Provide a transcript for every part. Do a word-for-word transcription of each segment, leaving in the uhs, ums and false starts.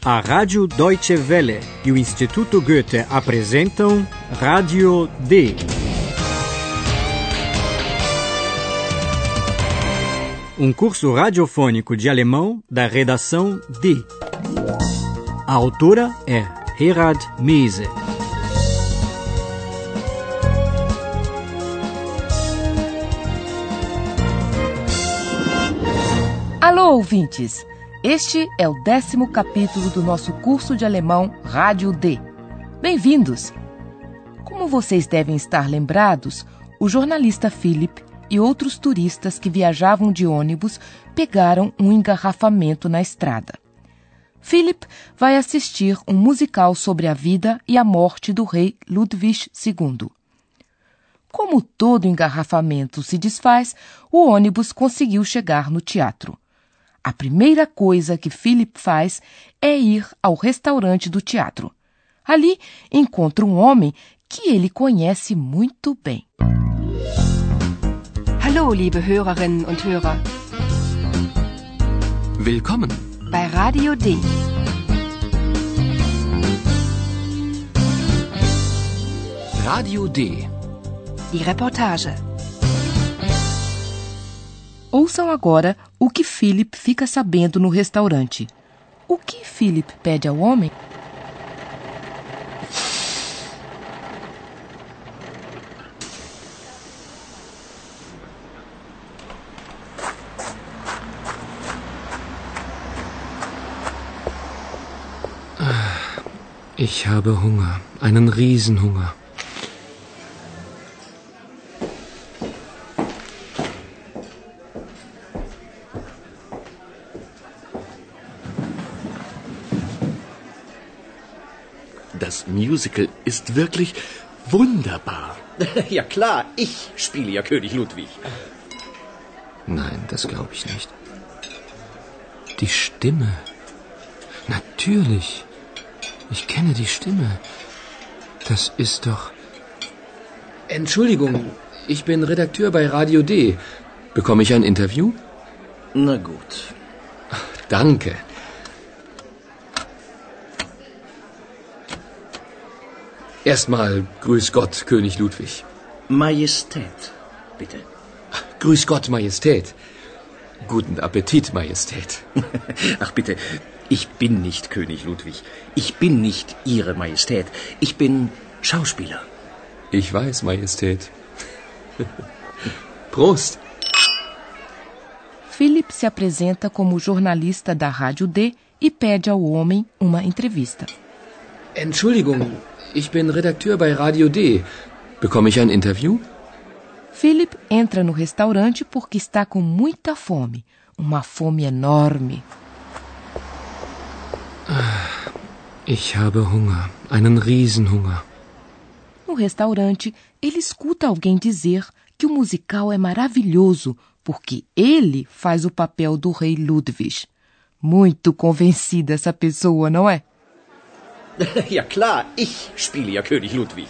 A Rádio Deutsche Welle e o Instituto Goethe apresentam Rádio D. Um curso radiofônico de alemão da redação D. A autora é Herald Mese. Alô, ouvintes! Este é o décimo capítulo do nosso curso de alemão Rádio D. Bem-vindos! Como vocês devem estar lembrados, o jornalista Philipp e outros turistas que viajavam de ônibus pegaram um engarrafamento na estrada. Philipp vai assistir um musical sobre a vida e a morte do rei Ludwig segundo. Como todo engarrafamento se desfaz, o ônibus conseguiu chegar no teatro. A primeira coisa que Philipp faz é ir ao restaurante do teatro. Ali encontra um homem que ele conhece muito bem. Hallo, liebe Hörerinnen und Hörer. Willkommen bei Radio D. Radio D. Die Reportage. Ouçam agora o que Philipp fica sabendo no restaurante. O que Philipp pede ao homem? Ich habe Hunger, einen Riesenhunger. Das Musical ist wirklich wunderbar. Ja klar, ich spiele ja König Ludwig. Nein, das glaube ich nicht. Die Stimme. Natürlich. Ich kenne die Stimme. Das ist doch... Entschuldigung, ich bin Redakteur bei Radio D. Bekomme ich ein Interview? Na gut. Danke. Erstmal Grüß Gott, König Ludwig. Majestät, bitte. Grüß Gott, Majestät. Guten Appetit, Majestät. Ach bitte, ich bin nicht König Ludwig. Ich bin nicht Ihre Majestät. Ich bin Schauspieler. Ich weiß, Majestät. Prost! Philipp se apresenta como jornalista da Rádio D e pede ao homem uma entrevista. Entschuldigung, ich bin Redakteur bei Radio D. Bekomme ich ein Interview? Philipp entra no restaurante porque está com muita fome. Uma fome enorme. Ich habe Hunger, einen Riesenhunger. No restaurante, ele escuta alguém dizer que o musical é maravilhoso porque ele faz o papel do rei Ludwig. Muito convencida essa pessoa, não é? Ja klar, ich spiele ja König Ludwig.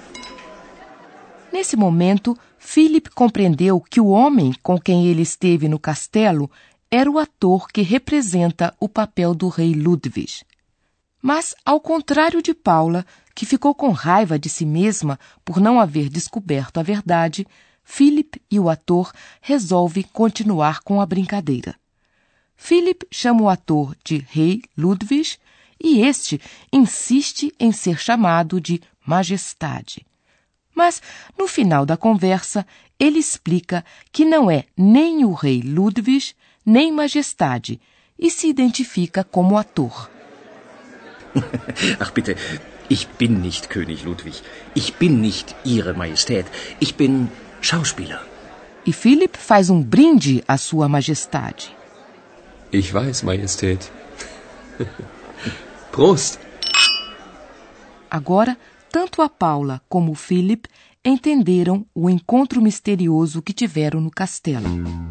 Nesse momento, Philipp compreendeu que o homem com quem ele esteve no castelo era o ator que representa o papel do rei Ludwig. Mas, ao contrário de Paula, que ficou com raiva de si mesma por não haver descoberto a verdade, Philipp e o ator resolvem continuar com a brincadeira. Philipp chama o ator de Rei Ludwig e este insiste em ser chamado de Majestade. Mas, no final da conversa, ele explica que não é nem o rei Ludwig, nem Majestade, e se identifica como ator. Ach bitte, ich bin nicht König Ludwig. Ich bin nicht Ihre Majestät. Ich bin Schauspieler. E Philipp faz um brinde à sua majestade. Ich weiß, Majestät. Prost! Agora, tanto a Paula como o Philipp entenderam o encontro misterioso que tiveram no castelo.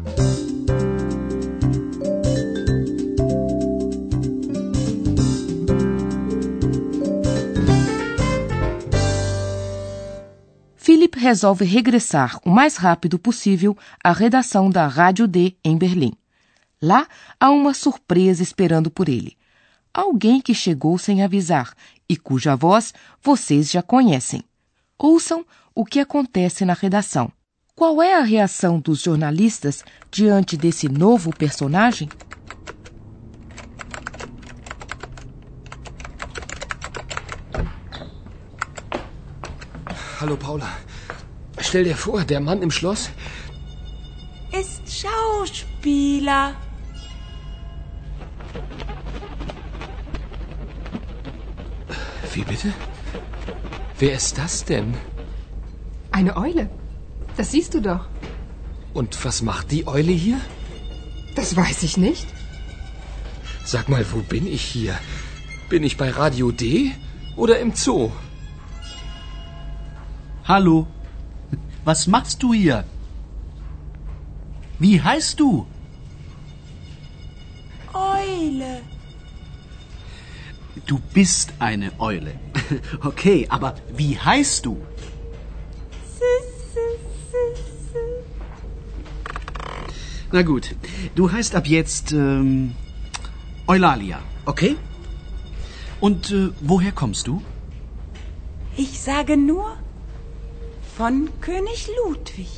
Philipp resolve regressar o mais rápido possível à redação da Rádio D em Berlim. Lá há uma surpresa esperando por ele. alguém que chegou sem avisar e cuja voz vocês já conhecem. Ouçam o que acontece na redação. Qual é a reação dos jornalistas diante desse novo personagem? Hallo Paula. Stell dir vor, der Mann im Schloss ist Schauspieler. Wie bitte? Wer ist das denn? Eine Eule. Das siehst du doch. Und was macht die Eule hier? Das weiß ich nicht. Sag mal, wo bin ich hier? Bin ich bei Radio D oder im Zoo? Hallo, was machst du hier? Wie heißt du? Eule. Du bist eine Eule. Okay, aber wie heißt du? Na gut, du heißt ab jetzt ähm, Eulalia, okay? Und äh, woher kommst du? Ich sage nur von König Ludwig.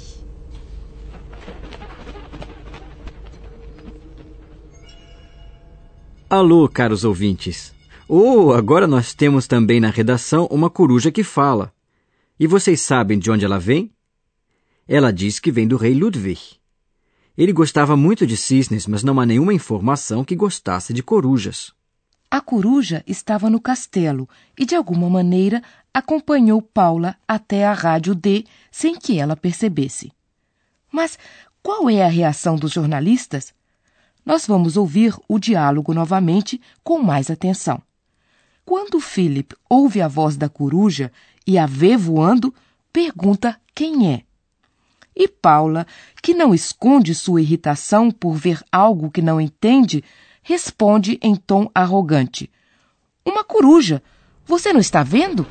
Alô, caros ouvintes. Oh, agora nós temos também na redação uma coruja que fala. E vocês sabem de onde ela vem? Ela diz que vem do rei Ludwig. Ele gostava muito de cisnes, mas não há nenhuma informação que gostasse de corujas. A coruja estava no castelo e, de alguma maneira, acompanhou Paula até a Rádio D sem que ela percebesse. Mas qual é a reação dos jornalistas? Nós vamos ouvir o diálogo novamente com mais atenção. Quando Philip ouve a voz da coruja e a vê voando, pergunta quem é. E Paula, que não esconde sua irritação por ver algo que não entende, responde em tom arrogante. Uma coruja! Você não está vendo?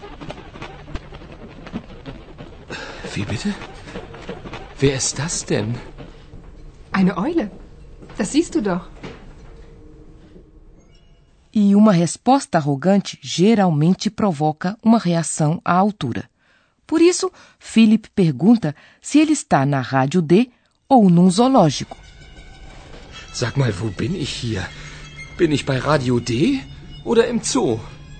Wie bitte? Wer ist das denn? Eine Eule. Das siehst du doch. E uma resposta arrogante geralmente provoca uma reação à altura. Por isso, Philip pergunta se ele está na Rádio D ou num zoológico. Sag mal, wo bin ich hier? Bin ich bei Radio D oder im Zoo?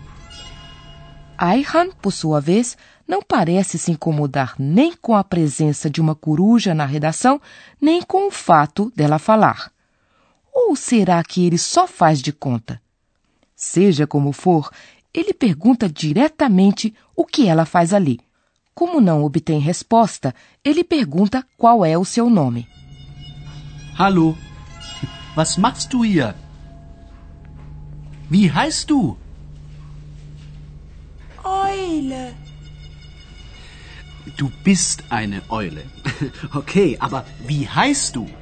Ayhan, por sua vez, não parece se incomodar nem com a presença de uma coruja na redação, nem com o fato dela falar. Ou será que ele só faz de conta? Seja como for, ele pergunta diretamente o que ela faz ali. Como não obtém resposta, ele pergunta qual é o seu nome. Hallo, was machst du hier? Wie heißt du? Eule. Du bist eine Eule. Okay, aber wie heißt du?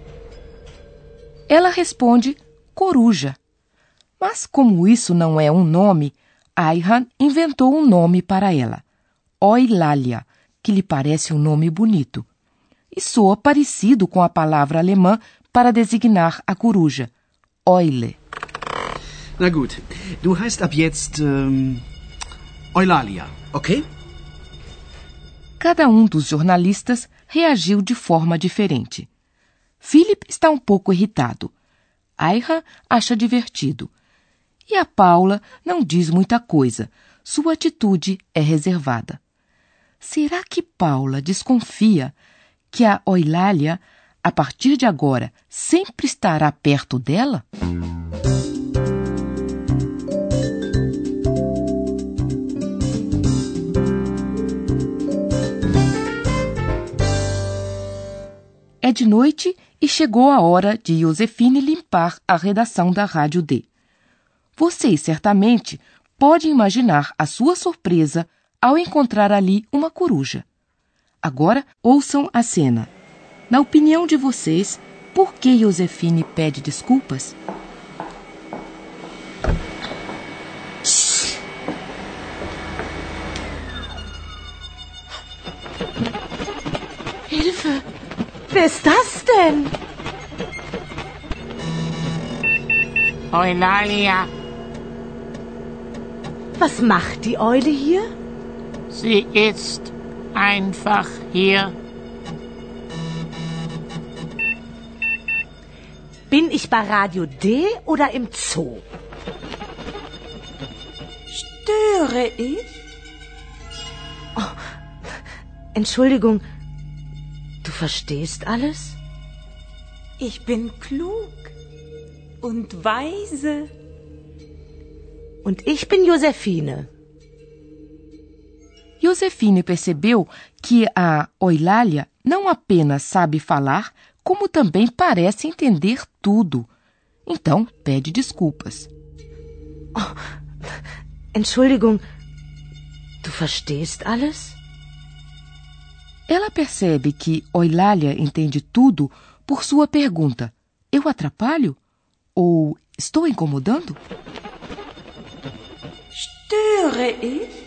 Ela responde coruja. Mas como isso não é um nome, Ayhan inventou um nome para ela. Eulalia, que lhe parece um nome bonito. E soa parecido com a palavra alemã para designar a coruja. Eule. Na gut, du heißt ab jetzt ähm, Eulalia, okay? Cada um dos jornalistas reagiu de forma diferente. Philip está um pouco irritado. Ayhan acha divertido. E a Paula não diz muita coisa. Sua atitude é reservada. Será que Paula desconfia que a Eulalia, a partir de agora, sempre estará perto dela? É de noite e chegou a hora de Josefine limpar a redação da Rádio D. Vocês certamente podem imaginar a sua surpresa ao encontrar ali uma coruja. Agora, ouçam a cena. Na opinião de vocês, por que Josefine pede desculpas? Hilfe! Wer ist das denn? Eulalia, Was macht die Eule hier? Sie ist einfach hier. Bin ich bei Radio D oder im Zoo? Störe ich? Oh, Entschuldigung, du verstehst alles? Ich bin klug und weise. Und ich bin Josefine. Josefine percebeu que a Eulália não apenas sabe falar, como também parece entender tudo. Então, pede desculpas. Oh, Entschuldigung, du verstehst alles? Ela percebe que Eulália entende tudo por sua pergunta: eu atrapalho? Ou estou incomodando? Störe ich?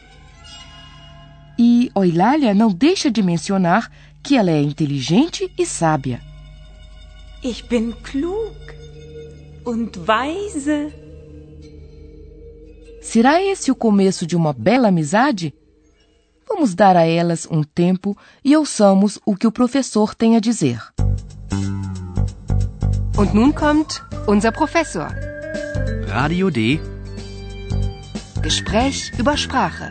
E Eulália não deixa de mencionar que ela é inteligente e sábia. Ich bin klug und weise. Será esse o começo de uma bela amizade? Vamos dar a elas um tempo e ouçamos o que o professor tem a dizer. Und nun kommt unser Professor. Radio D. Gespräch über Sprache.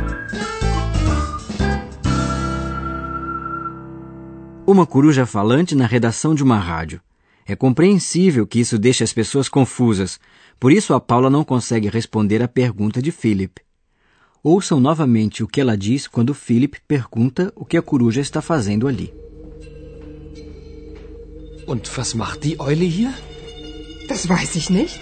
Uma coruja falante na redação de uma rádio. É compreensível que isso deixe as pessoas confusas, por isso a Paula não consegue responder à pergunta de Philip. Ouçam novamente o que ela diz quando Philip pergunta o que a coruja está fazendo ali. Und was macht die Eule hier? Das weiß ich nicht.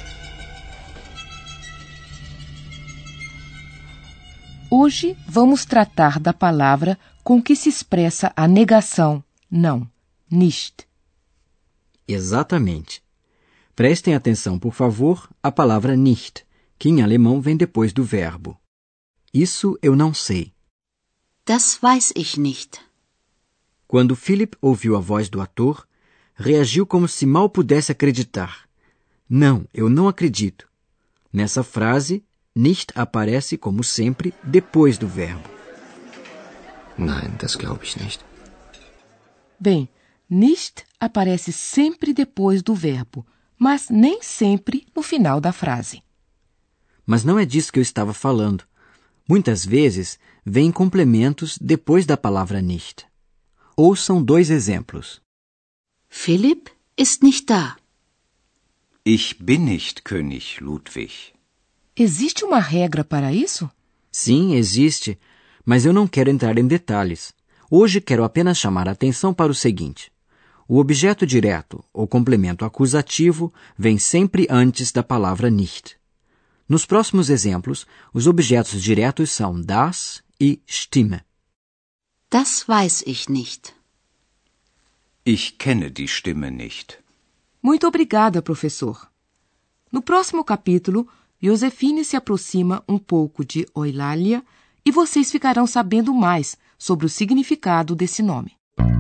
Hoje vamos tratar da palavra com que se expressa a negação, não, nicht. Exatamente. Prestem atenção, por favor, à palavra nicht, que em alemão vem depois do verbo. Isso eu não sei. Das weiß ich nicht. Quando Philip ouviu a voz do ator, reagiu como se mal pudesse acreditar. Não, eu não acredito. Nessa frase, nicht aparece, como sempre, depois do verbo. Nein, das glaube ich nicht. Bem, nicht aparece sempre depois do verbo, mas nem sempre no final da frase. Mas não é disso que eu estava falando. Muitas vezes, vêm complementos depois da palavra nicht. Ouçam dois exemplos. Philipp ist nicht da. Ich bin nicht König Ludwig. Existe uma regra para isso? Sim, existe, mas eu não quero entrar em detalhes. Hoje quero apenas chamar a atenção para o seguinte. O objeto direto, ou complemento acusativo, vem sempre antes da palavra nicht. Nos próximos exemplos, os objetos diretos são das e Stimme. Das weiß ich nicht. Ich kenne die Stimme nicht. Muito obrigada, professor. No próximo capítulo, Josefine se aproxima um pouco de Eulália e vocês ficarão sabendo mais sobre o significado desse nome.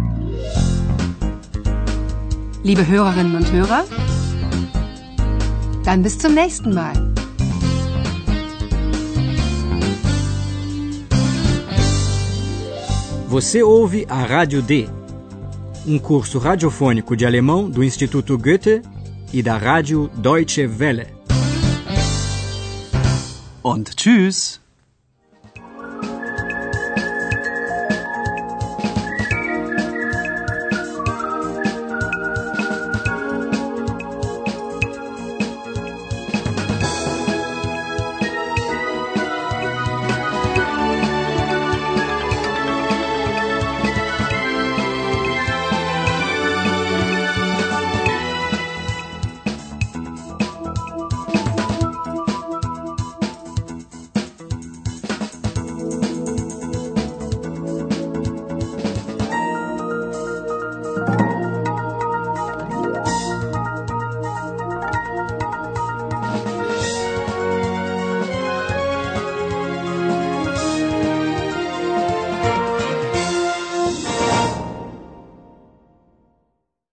Liebe Hörerinnen und Hörer, dann bis zum nächsten Mal. Você ouve a Rádio D, um curso radiofônico de alemão do Instituto Goethe e da Rádio Deutsche Welle. Und tschüss.